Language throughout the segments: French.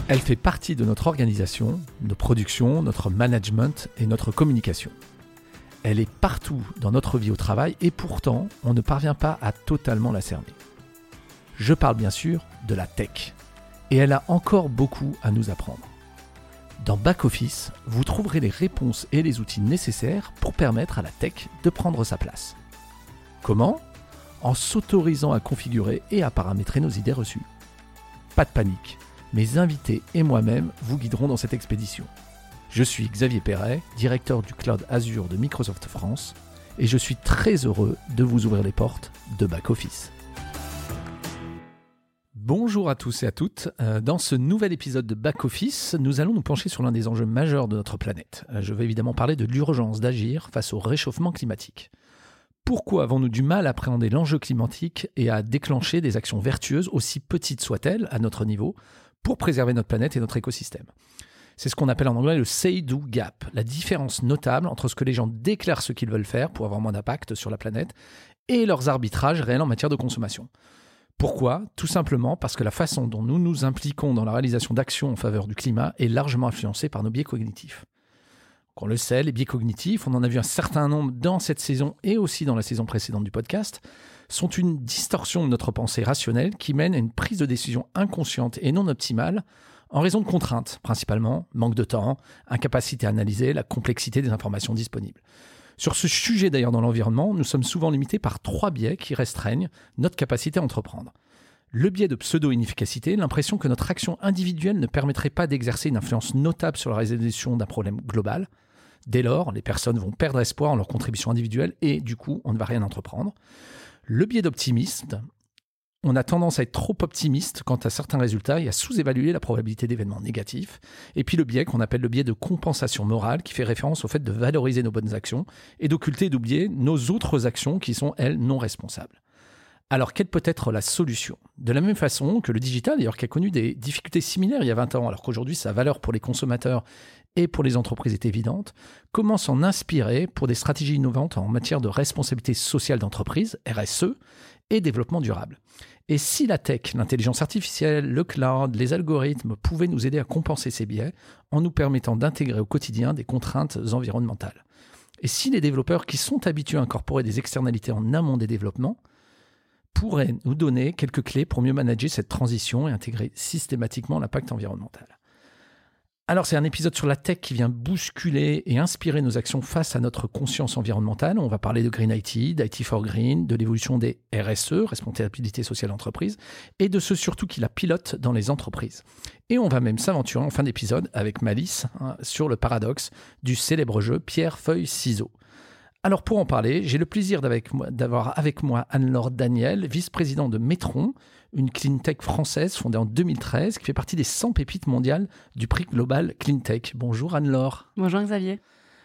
Elle fait partie de notre organisation, nos productions, notre management et notre communication. Elle est partout dans notre vie au travail et pourtant, on ne parvient pas à totalement la cerner. Je parle bien sûr de la tech. Et elle a encore beaucoup à nous apprendre. Dans Back Office, vous trouverez les réponses et les outils nécessaires pour permettre à la tech de prendre sa place. Comment ? En s'autorisant à configurer et à paramétrer nos idées reçues. Pas de panique, mes invités et moi-même vous guiderons dans cette expédition. Je suis Xavier Perret, directeur du Cloud Azure de Microsoft France, et je suis très heureux de vous ouvrir les portes de Back Office. Bonjour à tous et à toutes. Dans ce nouvel épisode de Back Office, nous allons nous pencher sur l'un des enjeux majeurs de notre planète. Je vais évidemment parler de l'urgence d'agir face au réchauffement climatique. Pourquoi avons-nous du mal à appréhender l'enjeu climatique et à déclencher des actions vertueuses, aussi petites soient-elles, à notre niveau, pour préserver notre planète et notre écosystème ? C'est ce qu'on appelle en anglais le say-do gap, la différence notable entre ce que les gens déclarent ce qu'ils veulent faire pour avoir moins d'impact sur la planète et leurs arbitrages réels en matière de consommation. Pourquoi ? Tout simplement parce que la façon dont nous nous impliquons dans la réalisation d'actions en faveur du climat est largement influencée par nos biais cognitifs. On le sait, les biais cognitifs, on en a vu un certain nombre dans cette saison et aussi dans la saison précédente du podcast, sont une distorsion de notre pensée rationnelle qui mène à une prise de décision inconsciente et non optimale en raison de contraintes, principalement manque de temps, incapacité à analyser la complexité des informations disponibles. Sur ce sujet d'ailleurs dans l'environnement, nous sommes souvent limités par 3 biais qui restreignent notre capacité à entreprendre. Le biais de pseudo-inefficacité, l'impression que notre action individuelle ne permettrait pas d'exercer une influence notable sur la résolution d'un problème global. Dès lors, les personnes vont perdre espoir en leur contribution individuelle et du coup, on ne va rien entreprendre. Le biais d'optimisme, on a tendance à être trop optimiste quant à certains résultats et à sous-évaluer la probabilité d'événements négatifs. Et puis le biais qu'on appelle le biais de compensation morale qui fait référence au fait de valoriser nos bonnes actions et d'occulter et d'oublier nos autres actions qui sont, elles, non responsables. Alors, quelle peut être la solution ? De la même façon que le digital, d'ailleurs, qui a connu des difficultés similaires il y a 20 ans, alors qu'aujourd'hui, sa valeur pour les consommateurs et pour les entreprises est évidente, comment s'en inspirer pour des stratégies innovantes en matière de responsabilité sociale d'entreprise, RSE, et développement durable. Et si la tech, l'intelligence artificielle, le cloud, les algorithmes pouvaient nous aider à compenser ces biais en nous permettant d'intégrer au quotidien des contraintes environnementales ? Et si les développeurs qui sont habitués à incorporer des externalités en amont des développements pourraient nous donner quelques clés pour mieux manager cette transition et intégrer systématiquement l'impact environnemental ? Alors, c'est un épisode sur la tech qui vient bousculer et inspirer nos actions face à notre conscience environnementale. On va parler de Green IT, d'IT for Green, de l'évolution des RSE, responsabilité sociale d'entreprise, et de ceux surtout qui la pilotent dans les entreprises. Et on va même s'aventurer en fin d'épisode avec Malice sur le paradoxe du célèbre jeu Pierre, Feuille, Ciseaux. Alors pour en parler, j'ai le plaisir d'avoir avec moi Anne-Laure Daniel, vice-présidente de Metron, une clean tech française fondée en 2013 qui fait partie des 100 pépites mondiales du prix global Clean Tech. Bonjour Anne-Laure. Bonjour Xavier.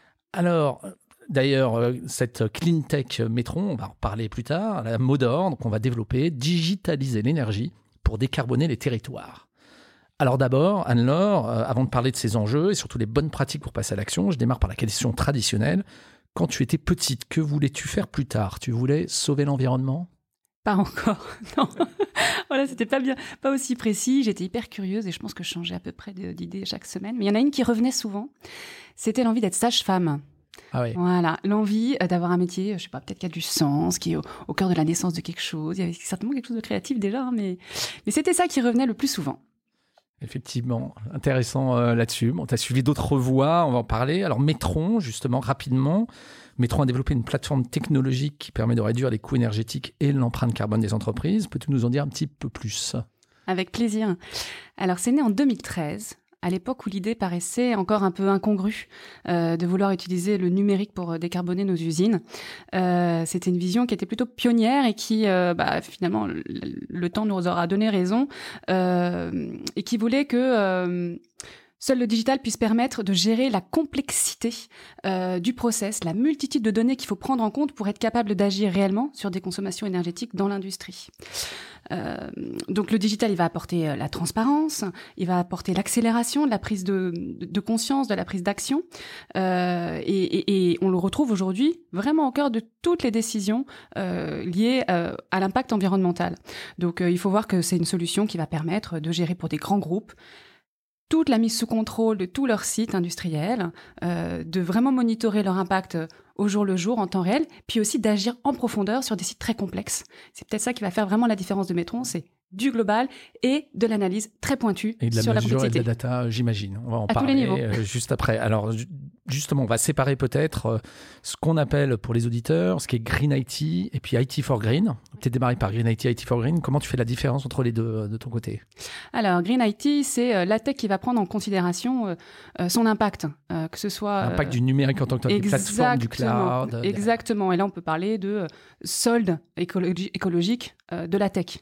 Alors, d'ailleurs, cette Clean Tech Metron, on va en reparler plus tard, la mot d'ordre qu'on va développer, digitaliser l'énergie pour décarboner les territoires. Alors d'abord, Anne-Laure, avant de parler de ces enjeux et surtout les bonnes pratiques pour passer à l'action, je démarre par la question traditionnelle. Quand tu étais petite, que voulais-tu faire plus tard ? Tu voulais sauver l'environnement ? Pas encore, non. Voilà, c'était pas aussi précis. J'étais hyper curieuse et je pense que je changeais à peu près d'idée chaque semaine. Mais il y en a une qui revenait souvent. C'était l'envie d'être sage-femme. Ah oui. Voilà, l'envie d'avoir un métier, je sais pas, peut-être qui a du sens, qui est au cœur de la naissance de quelque chose. Il y avait certainement quelque chose de créatif déjà, hein, mais c'était ça qui revenait le plus souvent. Effectivement, intéressant là-dessus. Bon, tu as suivi d'autres voies, on va en parler. Alors Metron, justement, rapidement. Metron a développé une plateforme technologique qui permet de réduire les coûts énergétiques et l'empreinte carbone des entreprises. Peux-tu nous en dire un petit peu plus ? Avec plaisir. Alors, c'est né en 2013. À l'époque où l'idée paraissait encore un peu incongrue de vouloir utiliser le numérique pour décarboner nos usines. C'était une vision qui était plutôt pionnière et qui, finalement, le temps nous aura donné raison et qui voulait que seul le digital puisse permettre de gérer la complexité du process, la multitude de données qu'il faut prendre en compte pour être capable d'agir réellement sur des consommations énergétiques dans l'industrie. Donc le digital, il va apporter la transparence, il va apporter l'accélération de la prise de conscience, de la prise d'action, et on le retrouve aujourd'hui vraiment au cœur de toutes les décisions liées à l'impact environnemental. Donc il faut voir que c'est une solution qui va permettre de gérer pour des grands groupes toute la mise sous contrôle de tous leurs sites industriels, de vraiment monitorer leur impact au jour le jour, en temps réel, puis aussi d'agir en profondeur sur des sites très complexes. C'est peut-être ça qui va faire vraiment la différence de Metron, c'est du global et de l'analyse très pointue et de la sur la mesure complexité. et de la data, j'imagine. On va en À tous les niveaux. parler juste après. Alors, justement, on va séparer peut-être ce qu'on appelle pour les auditeurs, ce qui est Green IT et puis IT for Green. Tu es démarré par Green IT, IT for Green. Comment tu fais la différence entre les deux de ton côté? Alors, Green IT, c'est la tech qui va prendre en considération son impact, que ce soit... L'impact du numérique en tant que tel, des plateformes, du cloud. Exactement. Et là, on peut parler de solde écologique de la tech.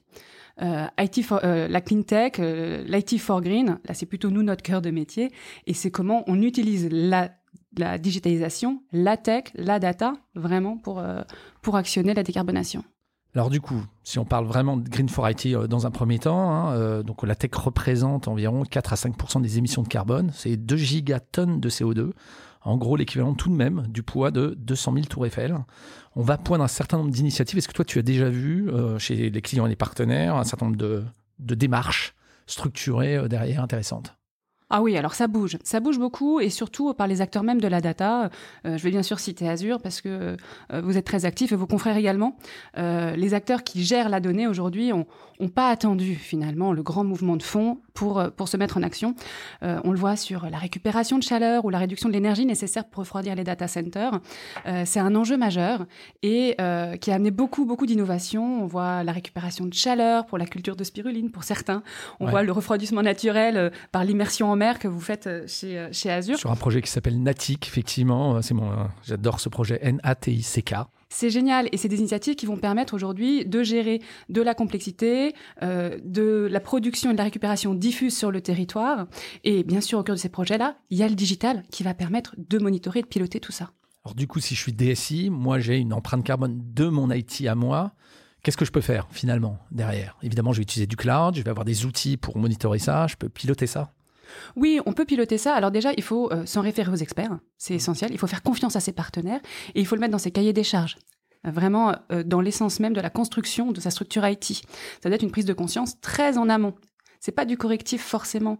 La clean tech, l'IT for green, là c'est plutôt nous notre cœur de métier, et c'est comment on utilise la digitalisation, la tech, la data, vraiment pour actionner la décarbonation. Alors du coup, si on parle vraiment de Green for IT dans un premier temps, donc la tech représente environ 4 à 5% des émissions de carbone, c'est 2 gigatonnes de CO2, en gros l'équivalent tout de même du poids de 200 000 tours Eiffel. On va poindre un certain nombre d'initiatives. Est-ce que toi tu as déjà vu chez les clients et les partenaires un certain nombre de démarches structurées derrière intéressantes? Ah oui, alors ça bouge beaucoup, et surtout par les acteurs même de la data. Je vais bien sûr citer Azure parce que vous êtes très actifs, et vos confrères également. Les acteurs qui gèrent la donnée aujourd'hui ont pas attendu finalement le grand mouvement de fond pour se mettre en action. On le voit sur la récupération de chaleur ou la réduction de l'énergie nécessaire pour refroidir les data centers. C'est un enjeu majeur et qui a amené beaucoup d'innovations. On voit la récupération de chaleur pour la culture de spiruline pour certains. On voit le refroidissement naturel par l'immersion en mer que vous faites chez Azure. Sur un projet qui s'appelle Natic, effectivement, j'adore ce projet, NATICK. C'est génial, et c'est des initiatives qui vont permettre aujourd'hui de gérer de la complexité, de la production et de la récupération diffuse sur le territoire. Et bien sûr, au cœur de ces projets-là, il y a le digital qui va permettre de monitorer et de piloter tout ça. Alors du coup, si je suis DSI, moi j'ai une empreinte carbone de mon IT à moi. Qu'est-ce que je peux faire finalement derrière? Évidemment, je vais utiliser du cloud, je vais avoir des outils pour monitorer ça, je peux piloter ça. Oui, on peut piloter ça. Alors déjà, il faut s'en référer aux experts, c'est essentiel. Il faut faire confiance à ses partenaires et il faut le mettre dans ses cahiers des charges. Vraiment dans l'essence même de la construction de sa structure IT. Ça doit être une prise de conscience très en amont. C'est pas du correctif forcément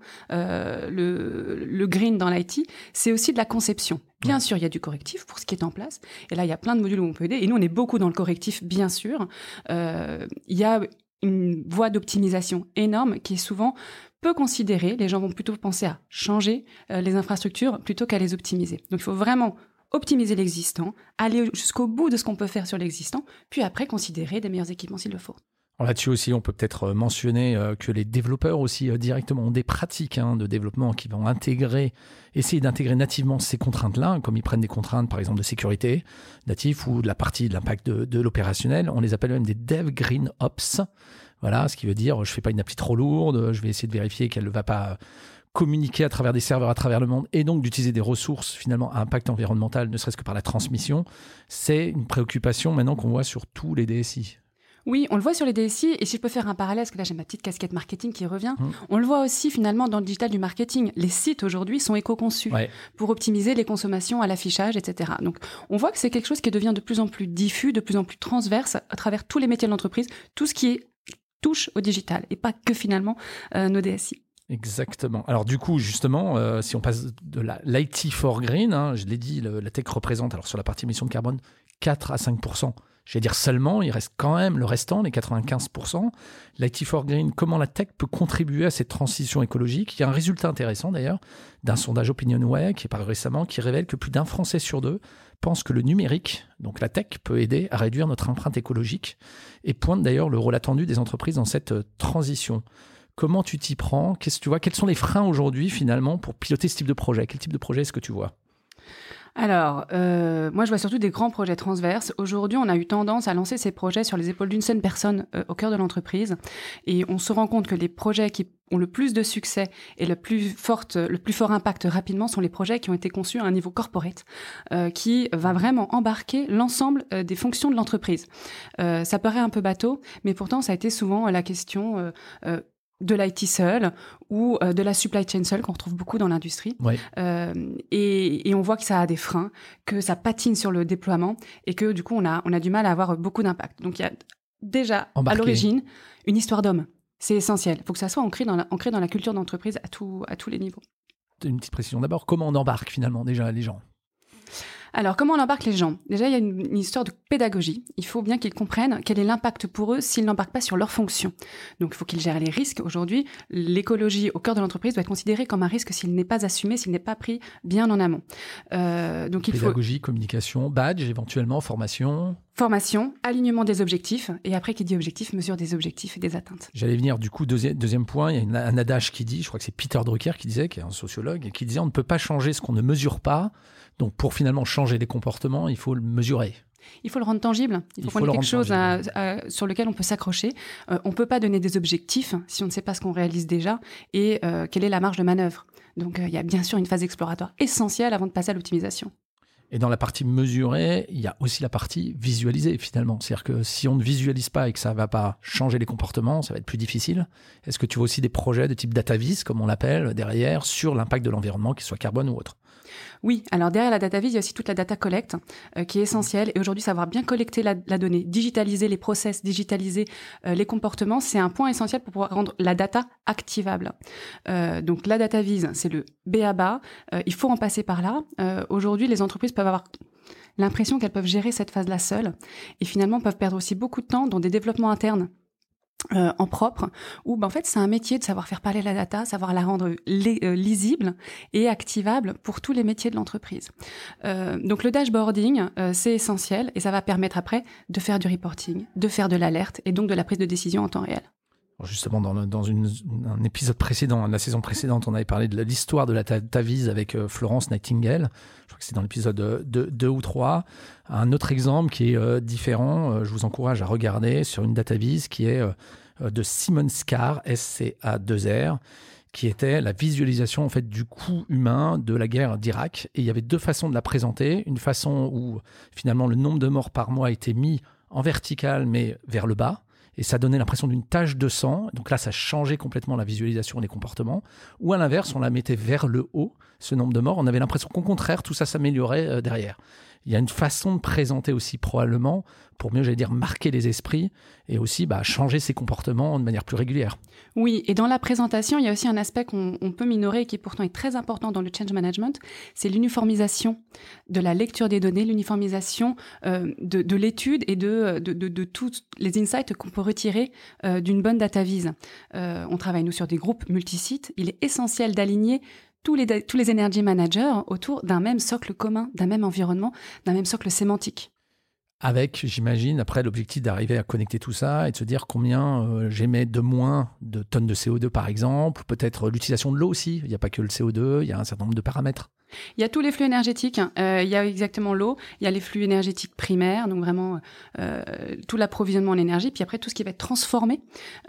le green dans l'IT, c'est aussi de la conception. Bien sûr, il y a du correctif pour ce qui est en place. Et là, il y a plein de modules où on peut aider. Et nous, on est beaucoup dans le correctif, bien sûr. Il y a une voie d'optimisation énorme qui est souvent peu considérée. Les gens vont plutôt penser à changer les infrastructures plutôt qu'à les optimiser. Donc, il faut vraiment optimiser l'existant, aller jusqu'au bout de ce qu'on peut faire sur l'existant, puis après considérer des meilleurs équipements s'il le faut. Alors là-dessus aussi, on peut peut-être mentionner que les développeurs aussi directement ont des pratiques de développement qui vont essayer d'intégrer nativement ces contraintes-là, comme ils prennent des contraintes par exemple de sécurité natif ou de la partie de l'impact de l'opérationnel. On les appelle même des Dev Green Ops. Voilà, ce qui veut dire je fais pas une appli trop lourde, je vais essayer de vérifier qu'elle ne va pas communiquer à travers des serveurs à travers le monde, et donc d'utiliser des ressources finalement à impact environnemental, ne serait-ce que par la transmission. C'est une préoccupation maintenant qu'on voit sur tous les DSI. Oui, on le voit sur les DSI, et si je peux faire un parallèle, parce que là j'ai ma petite casquette marketing qui revient, on le voit aussi finalement dans le digital du marketing. Les sites aujourd'hui sont éco-conçus pour optimiser les consommations à l'affichage, etc. Donc on voit que c'est quelque chose qui devient de plus en plus diffus, de plus en plus transverse à travers tous les métiers de l'entreprise, tout ce qui touche au digital, et pas que finalement nos DSI. Exactement. Alors du coup, justement, si on passe de l'IT for Green, je l'ai dit, la tech représente, alors sur la partie émissions de carbone, 4 à 5%. Je vais dire seulement, il reste quand même le restant, les 95%. L'IT for Green, comment la tech peut contribuer à cette transition écologique? Il y a un résultat intéressant d'ailleurs d'un sondage OpinionWay qui est paru récemment, qui révèle que plus d'un Français sur deux pense que le numérique, donc la tech, peut aider à réduire notre empreinte écologique, et pointe d'ailleurs le rôle attendu des entreprises dans cette transition. Comment tu t'y prends? Quels sont les freins aujourd'hui finalement pour piloter ce type de projet? Quel type de projet est-ce que tu vois? Alors, moi, je vois surtout des grands projets transverses. Aujourd'hui, on a eu tendance à lancer ces projets sur les épaules d'une seule personne au cœur de l'entreprise. Et on se rend compte que les projets qui ont le plus de succès et le plus fort impact rapidement sont les projets qui ont été conçus à un niveau corporate, qui va vraiment embarquer l'ensemble des fonctions de l'entreprise. Ça paraît un peu bateau, mais pourtant, ça a été souvent la question de l'IT seul ou de la supply chain seule qu'on retrouve beaucoup dans l'industrie. Ouais. Et on voit que ça a des freins, que ça patine sur le déploiement et que du coup on a du mal à avoir beaucoup d'impact. Donc il y a déjà à l'origine une histoire d'homme. c'est essentiel. Il faut que ça soit ancré dans la culture d'entreprise à tous les niveaux. Une petite précision d'abord, comment on embarque finalement déjà les gens ? Alors, comment on embarque les gens ? Déjà, il y a une histoire de pédagogie. Il faut bien qu'ils comprennent quel est l'impact pour eux s'ils n'embarquent pas sur leur fonction. Donc, il faut qu'ils gèrent les risques. Aujourd'hui, l'écologie au cœur de l'entreprise doit être considérée comme un risque s'il n'est pas assumé, s'il n'est pas pris bien en amont. Donc, pédagogie, communication, badge, éventuellement, formation. Formation, alignement des objectifs, et après qui dit objectif, mesure des objectifs et des atteintes. J'allais venir du coup, deuxième point, il y a un adage qui dit, je crois que c'est Peter Drucker qui disait, qui est un sociologue, qui disait on ne peut pas changer ce qu'on ne mesure pas, donc pour finalement changer les comportements, il faut le mesurer. Il faut le rendre tangible, il faut qu'on ait quelque chose sur lequel on peut s'accrocher. On ne peut pas donner des objectifs si on ne sait pas ce qu'on réalise déjà et quelle est la marge de manœuvre. Donc il y a bien sûr une phase exploratoire essentielle avant de passer à l'optimisation. Et dans la partie mesurée, il y a aussi la partie visualisée finalement. C'est-à-dire que si on ne visualise pas et que ça ne va pas changer les comportements, ça va être plus difficile. Est-ce que tu vois aussi des projets de type DataVis, comme on l'appelle, derrière, sur l'impact de l'environnement, qu'il soit carbone ou autre ? Oui, alors derrière la DataVis, il y a aussi toute la data collecte qui est essentielle. Et aujourd'hui, savoir bien collecter la donnée, digitaliser les process, digitaliser les comportements, c'est un point essentiel pour pouvoir rendre la data activable. Donc la DataVis, c'est le b.a.-ba. Il faut en passer par là. Aujourd'hui, les entreprises peuvent avoir l'impression qu'elles peuvent gérer cette phase-là seules et finalement peuvent perdre aussi beaucoup de temps dans des développements internes en propre, où en fait c'est un métier de savoir faire parler la data, savoir la rendre lisible et activable pour tous les métiers de l'entreprise. Donc le dashboarding, c'est essentiel et ça va permettre après de faire du reporting, de faire de l'alerte et donc de la prise de décision en temps réel. Justement, dans un épisode précédent, la saison précédente, on avait parlé de l'histoire de la DataVis avec Florence Nightingale. Je crois que c'est dans l'épisode 2 ou 3. Un autre exemple qui est différent, je vous encourage à regarder sur une DataVis qui est de Simon Scar, SCA2R, qui était la visualisation en fait, du coût humain de la guerre d'Irak. Et il y avait deux façons de la présenter. Une façon où finalement le nombre de morts par mois était mis en vertical mais vers le bas. Et ça donnait l'impression d'une tache de sang. Donc là, ça changeait complètement la visualisation des comportements. Ou à l'inverse, on la mettait vers le haut, ce nombre de morts. On avait l'impression qu'au contraire, tout ça s'améliorait derrière. Il y a une façon de présenter aussi probablement pour mieux, marquer les esprits et aussi changer ses comportements de manière plus régulière. Oui, et dans la présentation, il y a aussi un aspect qu'on peut minorer et qui pourtant est très important dans le change management, c'est l'uniformisation de la lecture des données, l'uniformisation de l'étude et de tous les insights qu'on peut retirer d'une bonne DataVis. On travaille, nous, sur des groupes multisites. Il est essentiel d'aligner tous les energy managers autour d'un même socle commun, d'un même environnement, d'un même socle sémantique. Avec, j'imagine, après l'objectif d'arriver à connecter tout ça et de se dire combien j'émets de moins de tonnes de CO2 par exemple, peut-être l'utilisation de l'eau aussi, il n'y a pas que le CO2, il y a un certain nombre de paramètres. Il y a tous les flux énergétiques, il y a exactement l'eau, il y a les flux énergétiques primaires, donc vraiment tout l'approvisionnement en énergie, puis après tout ce qui va être transformé.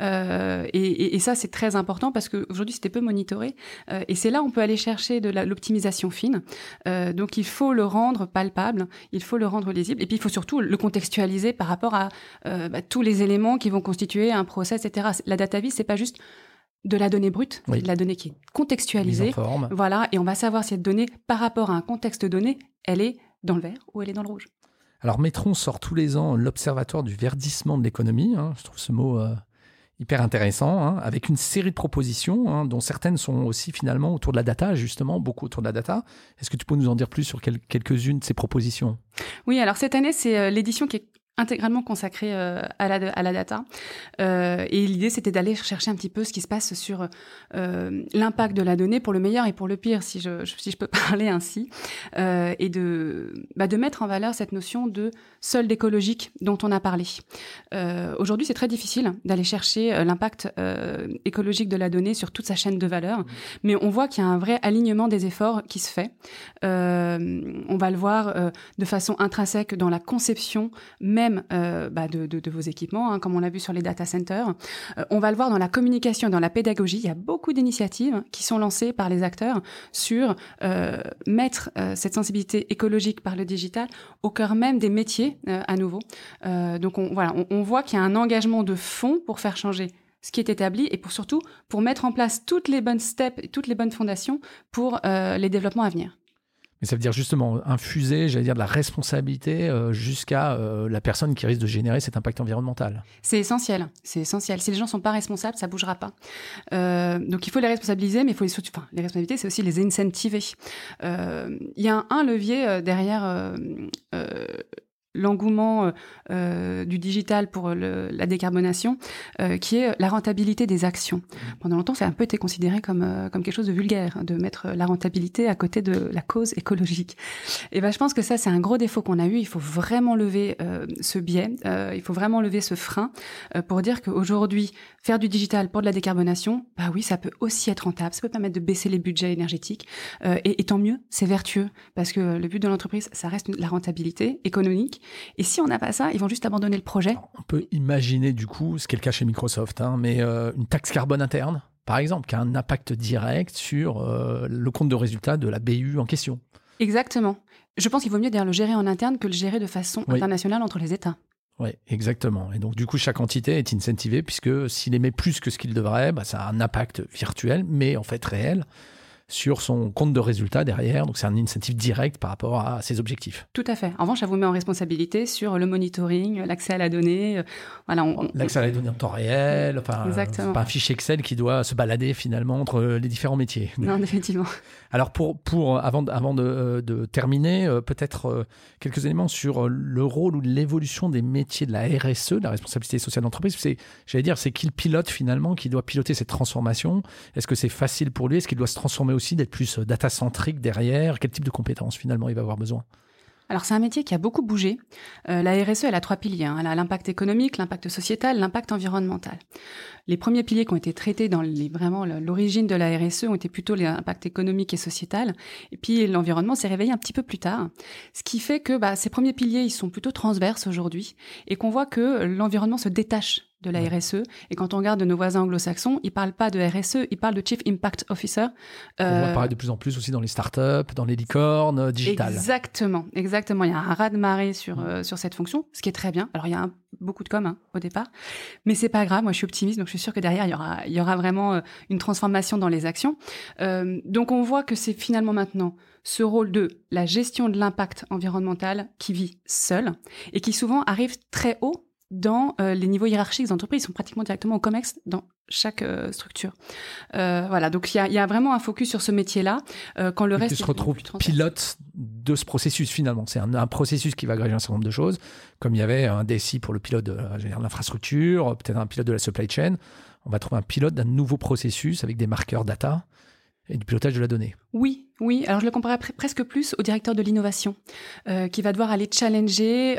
Et ça, c'est très important parce qu'aujourd'hui, c'était peu monitoré. Et c'est là où on peut aller chercher de l'optimisation fine. Donc, il faut le rendre palpable, il faut le rendre lisible, et puis il faut surtout le contextualiser par rapport à tous les éléments qui vont constituer un process, etc. La DataVis, c'est pas juste de la donnée brute, oui. C'est de la donnée qui est contextualisée. Voilà, et on va savoir si cette donnée, par rapport à un contexte donné, elle est dans le vert ou elle est dans le rouge. Alors, Metron sort tous les ans l'Observatoire du verdissement de l'économie. Je trouve ce mot hyper intéressant, avec une série de propositions, dont certaines sont aussi finalement autour de la data, justement, beaucoup autour de la data. Est-ce que tu peux nous en dire plus sur quelques-unes de ces propositions ? Oui, alors cette année, c'est l'édition qui est intégralement consacré à la data. Et l'idée, c'était d'aller chercher un petit peu ce qui se passe sur l'impact de la donnée pour le meilleur et pour le pire, si je peux parler ainsi, et de mettre en valeur cette notion de solde écologique dont on a parlé. Aujourd'hui, c'est très difficile d'aller chercher l'impact écologique de la donnée sur toute sa chaîne de valeur, mais on voit qu'il y a un vrai alignement des efforts qui se fait. On va le voir de façon intrinsèque dans la conception même de vos équipements, comme on l'a vu sur les data centers. On va le voir dans la communication, dans la pédagogie. Il y a beaucoup d'initiatives qui sont lancées par les acteurs sur mettre cette sensibilité écologique par le digital au cœur même des métiers à nouveau. Donc on voit qu'il y a un engagement de fond pour faire changer ce qui est établi et surtout pour mettre en place toutes les bonnes steps, toutes les bonnes fondations pour les développements à venir. Mais ça veut dire justement infuser, j'allais dire, de la responsabilité jusqu'à la personne qui risque de générer cet impact environnemental. C'est essentiel, c'est essentiel. Si les gens ne sont pas responsables, ça ne bougera pas. Donc il faut les responsabiliser, mais il faut les responsabiliser, c'est aussi les incentiver. Il y a un levier derrière l'engouement du digital pour la décarbonation, qui est la rentabilité des actions. Pendant longtemps, ça a un peu été considéré comme quelque chose de vulgaire, de mettre la rentabilité à côté de la cause écologique. Et ben, je pense que ça, c'est un gros défaut qu'on a eu. Il faut vraiment lever ce biais, il faut vraiment lever ce frein pour dire qu'aujourd'hui, faire du digital pour de la décarbonation, bah oui, ça peut aussi être rentable, ça peut permettre de baisser les budgets énergétiques, et tant mieux, c'est vertueux, parce que le but de l'entreprise, ça reste la rentabilité économique. Et si on n'a pas ça, ils vont juste abandonner le projet. Alors, on peut imaginer du coup, ce qui est le cas chez Microsoft, mais une taxe carbone interne, par exemple, qui a un impact direct sur le compte de résultat de la BU en question. Exactement. Je pense qu'il vaut mieux d'ailleurs le gérer en interne que le gérer de façon internationale entre les États. Oui, exactement. Et donc, du coup, chaque entité est incentivée, puisque s'il émet plus que ce qu'il devrait, ça a un impact virtuel, mais en fait réel, sur son compte de résultat derrière. Donc, c'est un incentive direct par rapport à ses objectifs. Tout à fait. En revanche, ça vous met en responsabilité sur le monitoring, l'accès à la donnée. L'accès à la donnée en temps réel. C'est pas un fichier Excel qui doit se balader finalement entre les différents métiers. Non, effectivement. Alors, avant de terminer, peut-être quelques éléments sur le rôle ou l'évolution des métiers de la RSE, de la responsabilité sociale d'entreprise. C'est qui le pilote finalement, qui doit piloter cette transformation? Est-ce que c'est facile pour lui? Est-ce qu'il doit se transformer aussi, d'être plus data-centrique derrière? Quel type de compétences finalement il va avoir besoin? Alors, c'est un métier qui a beaucoup bougé. La RSE, elle a 3 piliers. Elle a l'impact économique, l'impact sociétal, l'impact environnemental. Les premiers piliers qui ont été traités dans vraiment l'origine de la RSE ont été plutôt l'impact économique et sociétal. Et puis, l'environnement s'est réveillé un petit peu plus tard. Ce qui fait que ces premiers piliers, ils sont plutôt transverses aujourd'hui et qu'on voit que l'environnement se détache de la RSE. Et quand on regarde nos voisins anglo-saxons, ils parlent pas de RSE, ils parlent de Chief Impact Officer. On va parler de plus en plus aussi dans les startups, dans les licornes digitales. Exactement. Il y a un raz-de-marée sur cette fonction, ce qui est très bien. Alors, il y a beaucoup de com au départ, mais c'est pas grave. Moi, je suis optimiste, donc je suis sûre que derrière, il y aura vraiment une transformation dans les actions. Donc, on voit que c'est finalement maintenant ce rôle de la gestion de l'impact environnemental qui vit seul et qui souvent arrive très haut dans les niveaux hiérarchiques des entreprises. Ils sont pratiquement directement au COMEX dans chaque structure. Donc il y a vraiment un focus sur ce métier-là. Quand le reste se retrouve pilote de ce processus finalement. C'est un processus qui va agréger un certain nombre de choses, comme il y avait un DSI pour le pilote de l'infrastructure, peut-être un pilote de la supply chain. On va trouver un pilote d'un nouveau processus avec des marqueurs data et du pilotage de la donnée. Oui. Alors, je le comparerais presque plus au directeur de l'innovation qui va devoir aller challenger,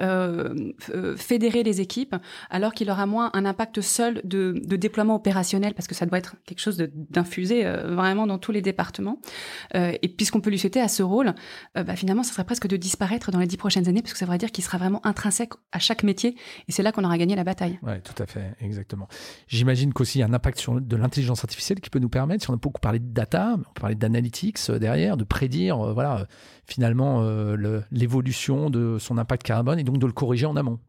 fédérer les équipes, alors qu'il aura moins un impact seul de déploiement opérationnel, parce que ça doit être quelque chose d'infusé vraiment dans tous les départements. Et puisqu'on peut lui souhaiter à ce rôle, finalement, ça serait presque de disparaître dans les 10 prochaines années, parce que ça voudrait dire qu'il sera vraiment intrinsèque à chaque métier. Et c'est là qu'on aura gagné la bataille. Oui, tout à fait, exactement. J'imagine qu'aussi il y a un impact de l'intelligence artificielle qui peut nous permettre, si on a beaucoup parlé de data, on peut parler d'analytics derrière, de prédire finalement l'évolution de son impact carbone et donc de le corriger en amont.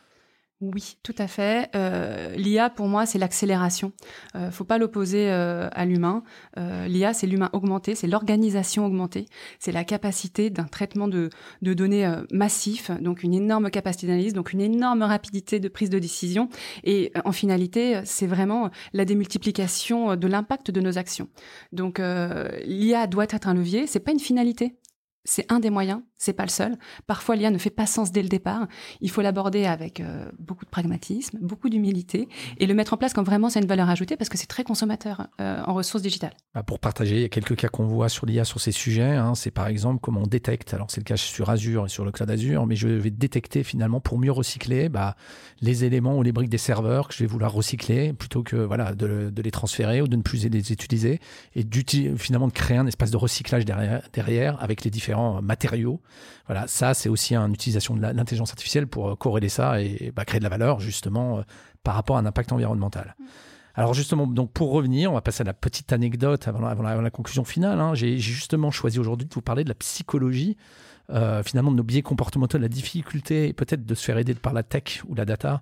Oui, tout à fait. L'IA, pour moi, c'est l'accélération. Faut pas l'opposer à l'humain. L'IA, c'est l'humain augmenté, c'est l'organisation augmentée, c'est la capacité d'un traitement de données massif, donc une énorme capacité d'analyse, donc une énorme rapidité de prise de décision. Et en finalité, c'est vraiment la démultiplication de l'impact de nos actions. Donc, l'IA doit être un levier, c'est pas une finalité. C'est un des moyens, c'est pas le seul. Parfois, l'IA ne fait pas sens dès le départ. Il faut l'aborder avec beaucoup de pragmatisme, beaucoup d'humilité et le mettre en place comme vraiment c'est une valeur ajoutée parce que c'est très consommateur en ressources digitales. Pour partager, il y a quelques cas qu'on voit sur l'IA sur ces sujets. C'est par exemple comment on détecte, alors c'est le cas sur Azure et sur le cloud Azure, mais je vais détecter finalement pour mieux recycler les éléments ou les briques des serveurs que je vais vouloir recycler plutôt que de les transférer ou de ne plus les utiliser et finalement de créer un espace de recyclage derrière avec les différents matériaux. Voilà, ça, c'est aussi une utilisation de l'intelligence artificielle pour corréler ça et créer de la valeur, justement, par rapport à un impact environnemental. Alors, justement, donc pour revenir, on va passer à la petite anecdote avant la conclusion finale. J'ai justement choisi aujourd'hui de vous parler de la psychologie, finalement, de nos biais comportementaux, de la difficulté, peut-être de se faire aider par la tech ou la data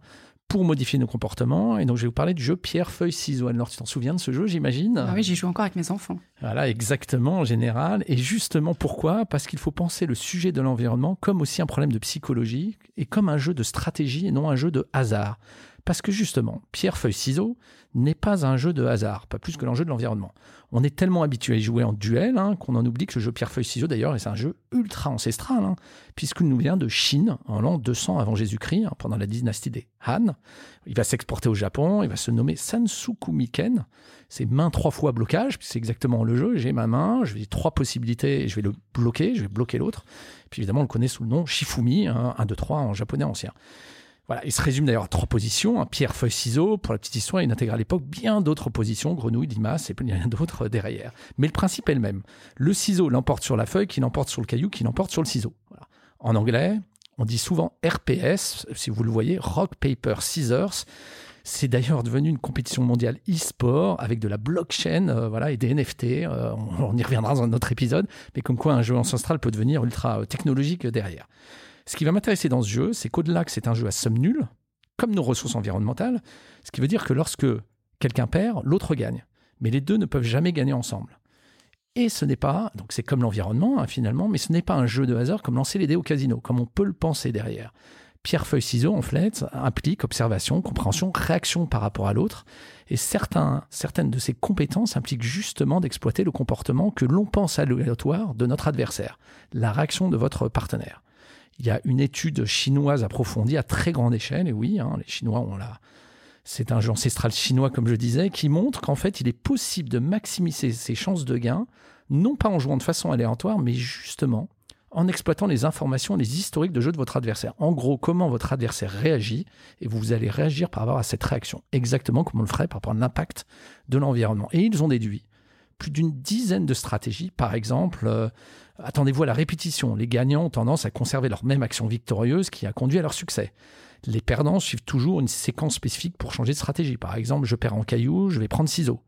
pour modifier nos comportements. Et donc, je vais vous parler du jeu pierre, feuille, ciseaux. Alors, tu t'en souviens de ce jeu, j'imagine ? Ah oui, j'y joue encore avec mes enfants. Voilà, exactement, en général. Et justement, pourquoi ? Parce qu'il faut penser le sujet de l'environnement comme aussi un problème de psychologie et comme un jeu de stratégie et non un jeu de hasard. Parce que justement, pierre, feuille, ciseaux n'est pas un jeu de hasard, pas plus que l'enjeu de l'environnement. On est tellement habitué à y jouer en duel qu'on en oublie que le jeu pierre, feuille, ciseaux, d'ailleurs, c'est un jeu ultra ancestral, puisqu'il nous vient de Chine en l'an 200 avant Jésus-Christ, pendant la dynastie des Han. Il va s'exporter au Japon, il va se nommer Sansoku Miken. C'est main 3 fois blocage, c'est exactement le jeu. J'ai ma main, je vais 3 possibilités, et je vais le bloquer, je vais bloquer l'autre. Puis évidemment, on le connaît sous le nom Shifumi, 1, 2, 3 en japonais ancien. Voilà, il se résume d'ailleurs à 3 positions, pierre, feuille, ciseaux. Pour la petite histoire, il intègre à l'époque bien d'autres positions, grenouille, limace et plein d'autres derrière. Mais le principe est le même. Le ciseau l'emporte sur la feuille, qui l'emporte sur le caillou, qui l'emporte sur le ciseau. Voilà. En anglais, on dit souvent RPS, si vous le voyez, Rock, Paper, Scissors. C'est d'ailleurs devenu une compétition mondiale e-sport avec de la blockchain et des NFT. On y reviendra dans un autre épisode, mais comme quoi un jeu ancestral peut devenir ultra technologique derrière. Ce qui va m'intéresser dans ce jeu, c'est qu'au-delà que c'est un jeu à somme nulle, comme nos ressources environnementales, ce qui veut dire que lorsque quelqu'un perd, l'autre gagne. Mais les deux ne peuvent jamais gagner ensemble. Et ce n'est pas, donc c'est comme l'environnement finalement, mais ce n'est pas un jeu de hasard comme lancer les dés au casino, comme on peut le penser derrière. Pierre, feuille, ciseaux, en fait, implique observation, compréhension, réaction par rapport à l'autre. Et certaines de ces compétences impliquent justement d'exploiter le comportement que l'on pense aléatoire de notre adversaire, la réaction de votre partenaire. Il y a une étude chinoise approfondie à très grande échelle, et oui, les Chinois ont c'est un jeu ancestral chinois, comme je disais, qui montre qu'en fait, il est possible de maximiser ses chances de gain, non pas en jouant de façon aléatoire, mais justement en exploitant les informations, les historiques de jeu de votre adversaire. En gros, comment votre adversaire réagit, et vous allez réagir par rapport à cette réaction, exactement comme on le ferait par rapport à l'impact de l'environnement. Et ils ont déduit plus d'une dizaine de stratégies. Par exemple, attendez-vous à la répétition. Les gagnants ont tendance à conserver leur même action victorieuse qui a conduit à leur succès. Les perdants suivent toujours une séquence spécifique pour changer de stratégie. Par exemple, je perds en caillou, je vais prendre ciseaux.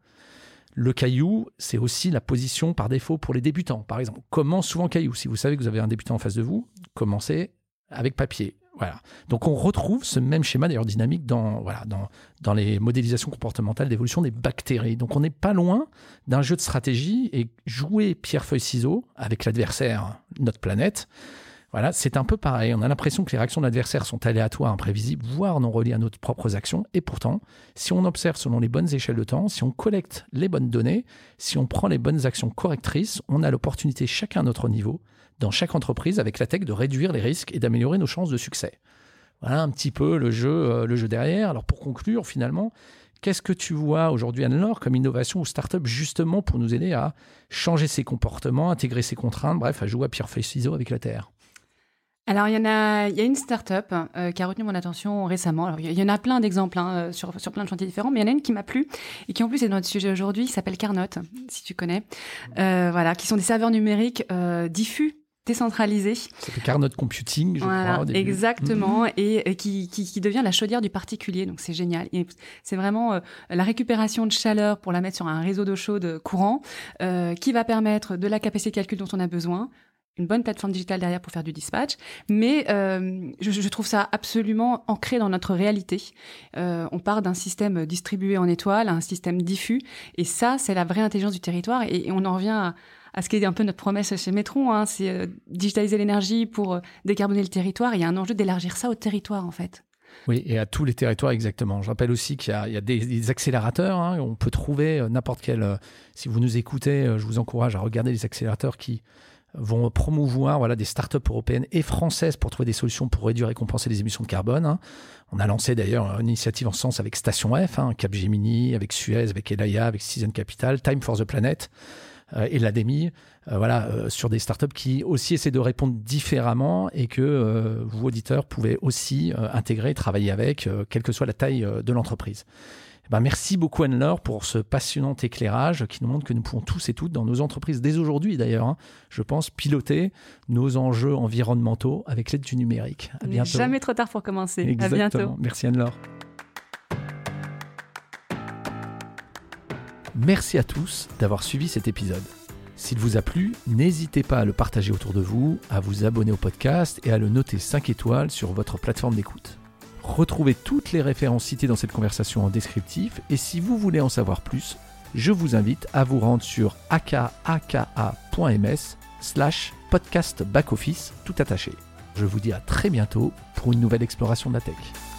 Le caillou, c'est aussi la position par défaut pour les débutants. Par exemple, commence souvent caillou. Si vous savez que vous avez un débutant en face de vous, commencez avec papier. Voilà. Donc on retrouve ce même schéma d'ailleurs dynamique dans les modélisations comportementales d'évolution des bactéries. Donc on n'est pas loin d'un jeu de stratégie, et jouer pierre, feuille, ciseaux avec l'adversaire, notre planète, voilà, c'est un peu pareil. On a l'impression que les réactions de l'adversaire sont aléatoires, imprévisibles, voire non reliées à nos propres actions. Et pourtant, si on observe selon les bonnes échelles de temps, si on collecte les bonnes données, si on prend les bonnes actions correctrices, on a l'opportunité, chacun à notre niveau, dans chaque entreprise, avec la tech, de réduire les risques et d'améliorer nos chances de succès. Voilà un petit peu le jeu derrière. Alors pour conclure, finalement, qu'est-ce que tu vois aujourd'hui, Anne-Laure, comme innovation ou start-up justement pour nous aider à changer ses comportements, intégrer ses contraintes, bref, à jouer à pierre, feuille, ciseaux avec la Terre ? Alors, il y a une start-up qui a retenu mon attention récemment. Alors, il y en a plein d'exemples sur plein de chantiers différents, mais il y en a une qui m'a plu et qui en plus est dans notre sujet aujourd'hui, qui s'appelle Carnot, si tu connais. Qui sont des serveurs numériques diffus, décentralisés. C'est Carnot Computing, je crois, au début. Exactement, et qui devient la chaudière du particulier, donc c'est génial. Et c'est vraiment la récupération de chaleur pour la mettre sur un réseau d'eau chaude courant, qui va permettre de la capacité de calcul dont on a besoin, une bonne plateforme digitale derrière pour faire du dispatch, mais je trouve ça absolument ancré dans notre réalité. On part d'un système distribué en étoiles à un système diffus, et ça, c'est la vraie intelligence du territoire, et on en revient à ce qui est un peu notre promesse chez Metron, c'est digitaliser l'énergie pour décarboner le territoire. Il y a un enjeu d'élargir ça au territoire, en fait. Oui, et à tous les territoires, exactement. Je rappelle aussi qu'il y a des accélérateurs. On peut trouver n'importe quel... si vous nous écoutez, je vous encourage à regarder les accélérateurs qui vont promouvoir des startups européennes et françaises pour trouver des solutions pour réduire et compenser les émissions de carbone. On a lancé d'ailleurs une initiative en ce sens avec Station F, Capgemini, avec Suez, avec Elaya, avec Citizen Capital, Time for the Planet et l'ADEMI, sur des startups qui aussi essaient de répondre différemment et que vous, auditeurs, pouvez aussi intégrer et travailler avec, quelle que soit la taille de l'entreprise. Merci beaucoup Anne-Laure pour ce passionnant éclairage qui nous montre que nous pouvons tous et toutes dans nos entreprises, dès aujourd'hui d'ailleurs, je pense, piloter nos enjeux environnementaux avec l'aide du numérique. À bientôt. Jamais trop tard pour commencer. Exactement. À bientôt. Merci Anne-Laure. Merci à tous d'avoir suivi cet épisode. S'il vous a plu, n'hésitez pas à le partager autour de vous, à vous abonner au podcast et à le noter 5 étoiles sur votre plateforme d'écoute. Retrouvez toutes les références citées dans cette conversation en descriptif et si vous voulez en savoir plus, je vous invite à vous rendre sur aka.ms/podcast backoffice tout attaché. Je vous dis à très bientôt pour une nouvelle exploration de la tech.